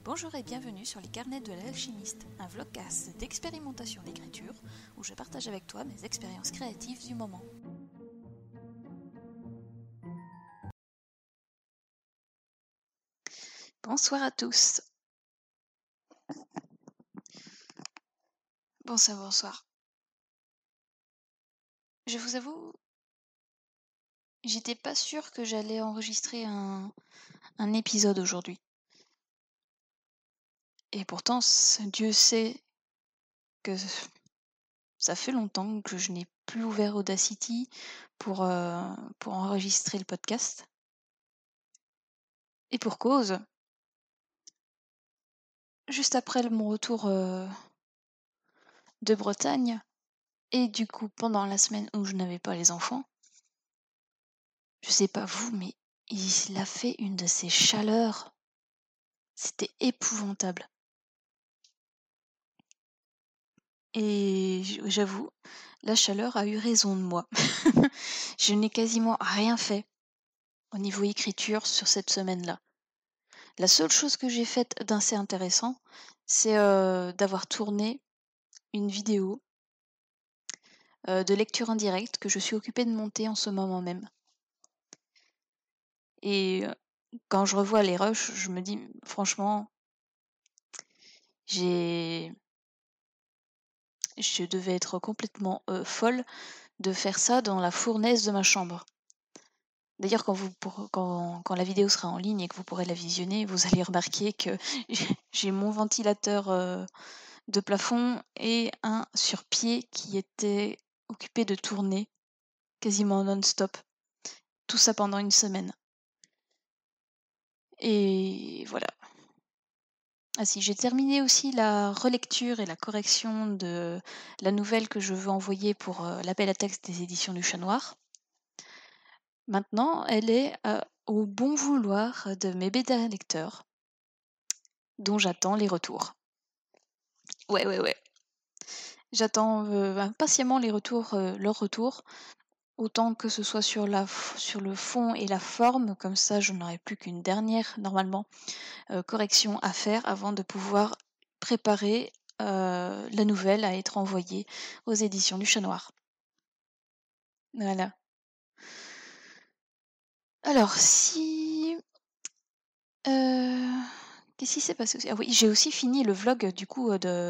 Bonjour et bienvenue sur les carnets de l'alchimiste, un vlogcast d'expérimentation d'écriture où je partage avec toi mes expériences créatives du moment. Bonsoir à tous. Bonsoir. Je vous avoue, j'étais pas sûre que j'allais enregistrer un épisode aujourd'hui. Et pourtant, Dieu sait que ça fait longtemps que je n'ai plus ouvert Audacity pour enregistrer le podcast. Et pour cause, juste après mon retour de Bretagne, et du coup pendant la semaine où je n'avais pas les enfants, je sais pas vous, mais il a fait une de ces chaleurs. C'était épouvantable. Et j'avoue, la chaleur a eu raison de moi. Je n'ai quasiment rien fait au niveau écriture sur cette semaine-là. La seule chose que j'ai faite d'assez intéressant, c'est d'avoir tourné une vidéo de lecture en direct que je suis occupée de monter en ce moment même. Et quand je revois les rushs, je me dis, franchement, je devais être complètement folle de faire ça dans la fournaise de ma chambre. D'ailleurs, quand la vidéo sera en ligne et que vous pourrez la visionner, vous allez remarquer que j'ai mon ventilateur de plafond et un sur pied qui était occupé de tourner quasiment non-stop. Tout ça pendant une semaine. Et voilà. Ah si, j'ai terminé aussi la relecture et la correction de la nouvelle que je veux envoyer pour l'appel à texte des éditions du Chat Noir. Maintenant, elle est au bon vouloir de mes bêta lecteurs, dont j'attends les retours. Ouais. J'attends impatiemment leurs retours, autant que ce soit sur le fond et la forme, comme ça je n'aurai plus qu'une dernière, normalement, correction à faire avant de pouvoir préparer la nouvelle à être envoyée aux éditions du Chat Noir. Voilà. Alors, qu'est-ce qui s'est passé aussi ? Ah oui, j'ai aussi fini le vlog du coup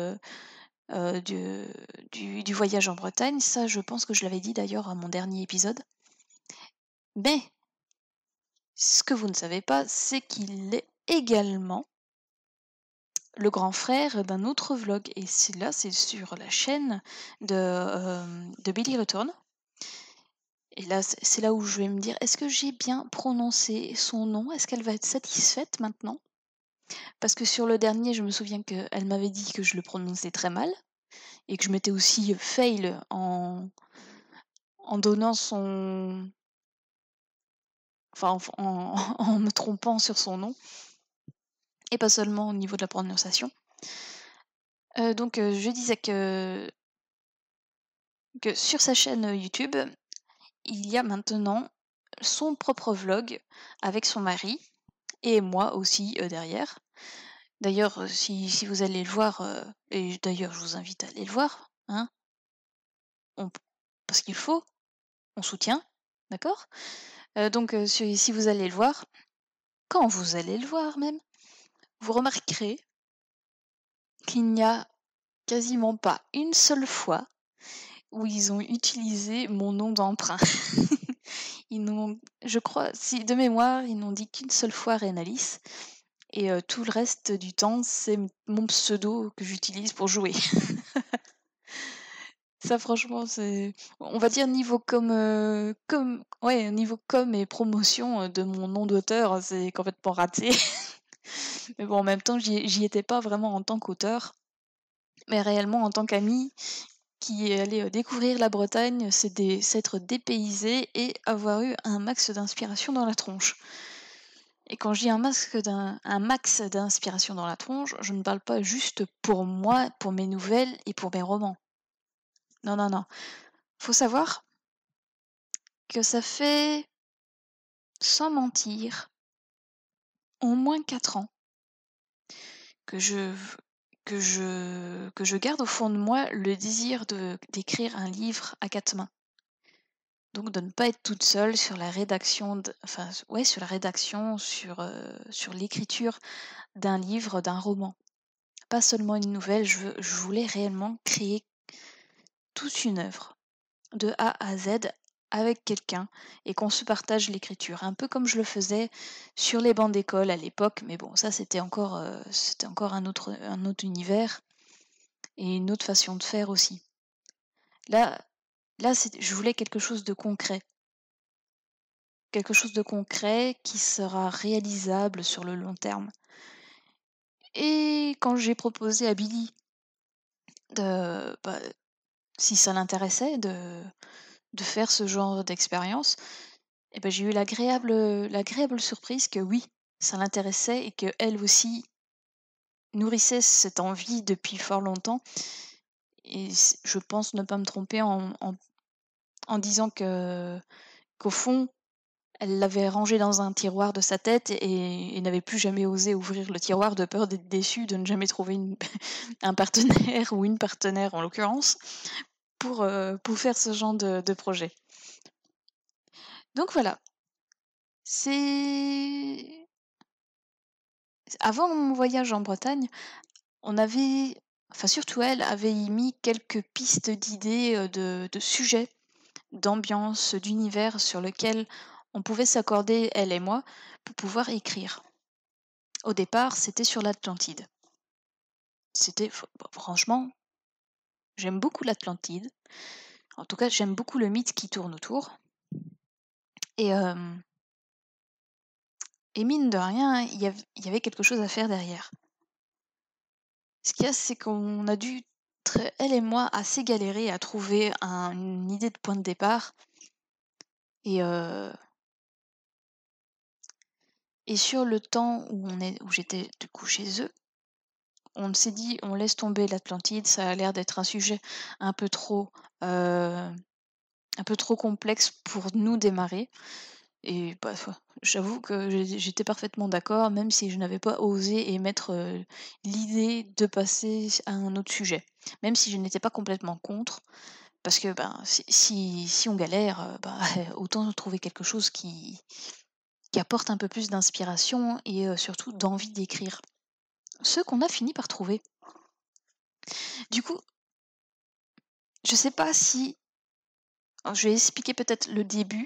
du voyage en Bretagne. Ça, je pense que je l'avais dit d'ailleurs à mon dernier épisode. Mais ce que vous ne savez pas, c'est qu'il est également le grand frère d'un autre vlog. Et c'est sur la chaîne de Billy Return. Et là, c'est là où je vais me dire, est-ce que j'ai bien prononcé son nom ? Est-ce qu'elle va être satisfaite maintenant ? Parce que sur le dernier, je me souviens qu'elle m'avait dit que je le prononçais très mal et que je m'étais aussi fail en donnant son... Enfin, en me trompant sur son nom. Et pas seulement au niveau de la prononciation. Donc, je disais que sur sa chaîne YouTube, il y a maintenant son propre vlog avec son mari et moi aussi derrière. D'ailleurs, si vous allez le voir, et d'ailleurs je vous invite à aller le voir, hein, parce qu'il faut, on soutient, d'accord ? Donc si vous allez le voir, quand vous allez le voir même, vous remarquerez qu'il n'y a quasiment pas une seule fois où ils ont utilisé mon nom d'emprunt. Je crois, si de mémoire, ils n'ont dit qu'une seule fois Renalis. Et tout le reste du temps, c'est mon pseudo que j'utilise pour jouer. Ça, franchement, c'est... On va dire niveau niveau com et promotion de mon nom d'auteur, c'est complètement raté. Mais bon, en même temps, j'y étais pas vraiment en tant qu'auteur, mais réellement en tant qu'ami qui est allé découvrir la Bretagne, s'être dépaysé et avoir eu un max d'inspiration dans la tronche. Et quand je dis un max d'inspiration dans la tronche, je ne parle pas juste pour moi, pour mes nouvelles et pour mes romans. Non. Faut savoir que ça fait, sans mentir, au moins 4 ans que je garde au fond de moi le désir d'écrire un livre à 4 mains. Donc de ne pas être toute seule sur la rédaction sur la rédaction, sur l'écriture d'un livre, d'un roman. Pas seulement une nouvelle, je voulais réellement créer toute une œuvre, de A à Z, avec quelqu'un, et qu'on se partage l'écriture. Un peu comme je le faisais sur les bancs d'école à l'époque, mais bon, ça c'était encore un autre univers, et une autre façon de faire aussi. Là, je voulais quelque chose de concret. Quelque chose de concret qui sera réalisable sur le long terme. Et quand j'ai proposé à Billy si ça l'intéressait de faire ce genre d'expérience, et ben, j'ai eu l'agréable surprise que oui, ça l'intéressait et qu'elle aussi nourrissait cette envie depuis fort longtemps. Et je pense ne pas me tromper en disant qu'au fond, elle l'avait rangé dans un tiroir de sa tête et n'avait plus jamais osé ouvrir le tiroir de peur d'être déçue, de ne jamais trouver un partenaire ou une partenaire en l'occurrence pour faire ce genre de projet. Donc voilà. C'est Avant mon voyage en Bretagne, surtout elle, avait émis quelques pistes d'idées, de sujets, d'ambiance, d'univers sur lesquels on pouvait s'accorder, elle et moi, pour pouvoir écrire. Au départ, c'était sur l'Atlantide. Franchement, j'aime beaucoup l'Atlantide. En tout cas, j'aime beaucoup le mythe qui tourne autour. Et mine de rien, il y avait quelque chose à faire derrière. Ce qu'il y a, c'est qu'on a dû, elle et moi, assez galérer à trouver une idée de point de départ. Et sur le temps où j'étais du coup chez eux, on s'est dit, on laisse tomber l'Atlantide, ça a l'air d'être un sujet un peu trop, un peu trop complexe pour nous démarrer. Et j'avoue que j'étais parfaitement d'accord, même si je n'avais pas osé émettre l'idée de passer à un autre sujet. Même si je n'étais pas complètement contre, parce que si on galère, autant trouver quelque chose qui apporte un peu plus d'inspiration et surtout d'envie d'écrire. Ce qu'on a fini par trouver. Du coup, je sais pas si... Je vais expliquer peut-être le début,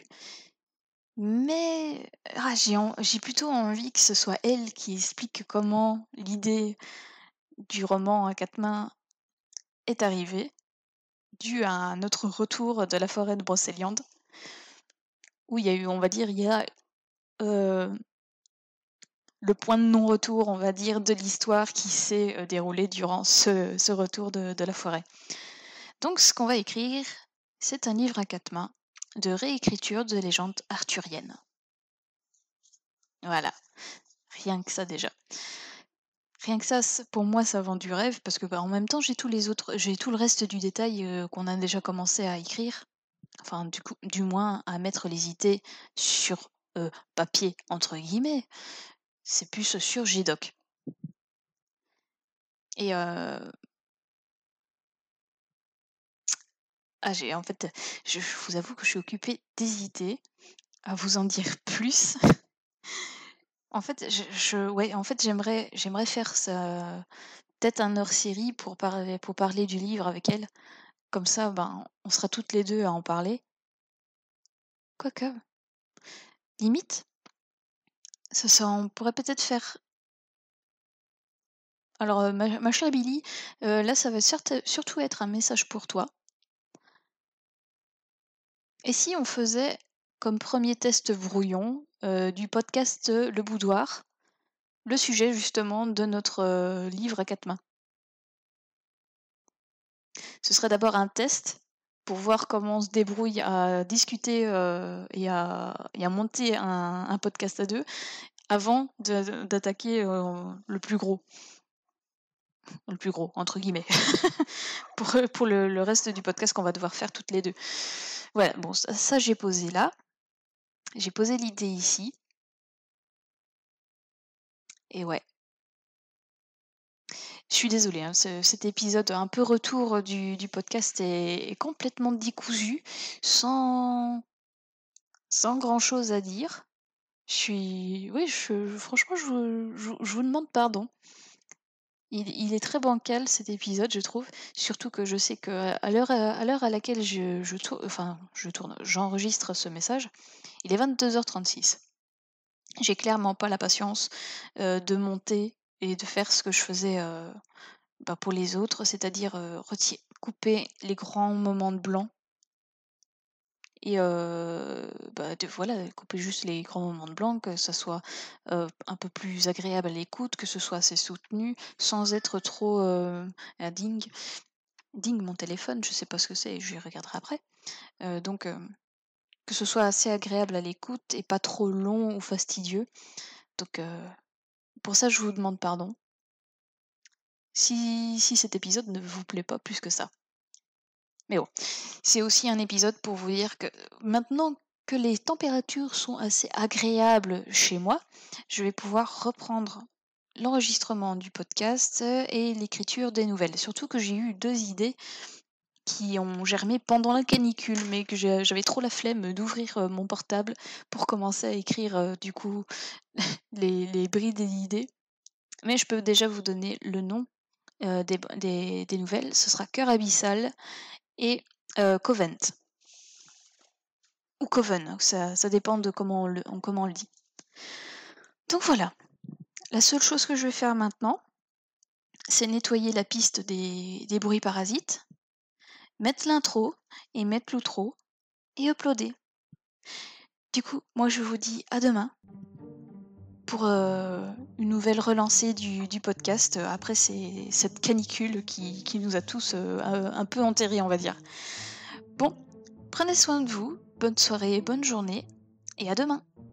mais j'ai plutôt envie que ce soit elle qui explique comment l'idée du roman à 4 mains est arrivée, dû à notre retour de la forêt de Brocéliande, où il y a eu, on va dire, le point de non-retour, on va dire, de l'histoire qui s'est déroulée durant ce retour de la forêt. Donc ce qu'on va écrire, c'est un livre à 4 mains de réécriture de légendes arthuriennes. Voilà, rien que ça déjà. Rien que ça, pour moi, ça vend du rêve parce que en même temps, j'ai tout le reste du détail qu'on a déjà commencé à écrire. Enfin, du moins à mettre les idées sur papier entre guillemets. C'est plus sur Gdoc. Et je vous avoue que je suis occupée d'hésiter à vous en dire plus. En fait, j'aimerais faire ça, peut-être un hors-série pour parler du livre avec elle. Comme ça, on sera toutes les deux à en parler. Quoique, limite, on pourrait peut-être faire. Alors, ma chère Billy, là, ça va surtout être un message pour toi. Et si on faisait comme premier test brouillon du podcast Le Boudoir, le sujet justement de notre livre à 4 mains? Ce serait d'abord un test pour voir comment on se débrouille à discuter et à monter un podcast à deux avant d'attaquer le plus gros, entre guillemets, pour le reste du podcast qu'on va devoir faire toutes les deux. Voilà, bon, ça j'ai posé là. J'ai posé l'idée ici. Et ouais. Je suis désolée, hein, cet épisode un peu retour du podcast est complètement décousu, sans grand-chose à dire. Oui, franchement, je vous demande pardon. Il est très bancal cet épisode, je trouve. Surtout que je sais qu'à l'heure à laquelle je tourne, j'enregistre ce message, il est 22h36. J'ai clairement pas la patience de monter et de faire ce que je faisais pour les autres, c'est-à-dire couper les grands moments de blanc et voilà, couper juste les grands moments de blanc, que ça soit un peu plus agréable à l'écoute, que ce soit assez soutenu, sans être trop ding, ding mon téléphone, je sais pas ce que c'est, je regarderai après. Donc que ce soit assez agréable à l'écoute et pas trop long ou fastidieux. Donc pour ça, je vous demande pardon. Si cet épisode ne vous plaît pas plus que ça. Mais bon, c'est aussi un épisode pour vous dire que maintenant que les températures sont assez agréables chez moi, je vais pouvoir reprendre l'enregistrement du podcast et l'écriture des nouvelles. Surtout que j'ai eu 2 idées qui ont germé pendant la canicule, mais que j'avais trop la flemme d'ouvrir mon portable pour commencer à écrire du coup les brides d'idées. Mais je peux déjà vous donner le nom des nouvelles. Ce sera Cœur abyssal et Covent. Ou Coven, ça dépend de comment on le dit. Donc voilà, la seule chose que je vais faire maintenant, c'est nettoyer la piste des bruits parasites, mettre l'intro et mettre l'outro et uploader. Du coup, moi je vous dis à demain pour une nouvelle relancée du podcast après cette canicule qui nous a tous un peu enterrés, on va dire. Bon, prenez soin de vous, bonne soirée, bonne journée et à demain.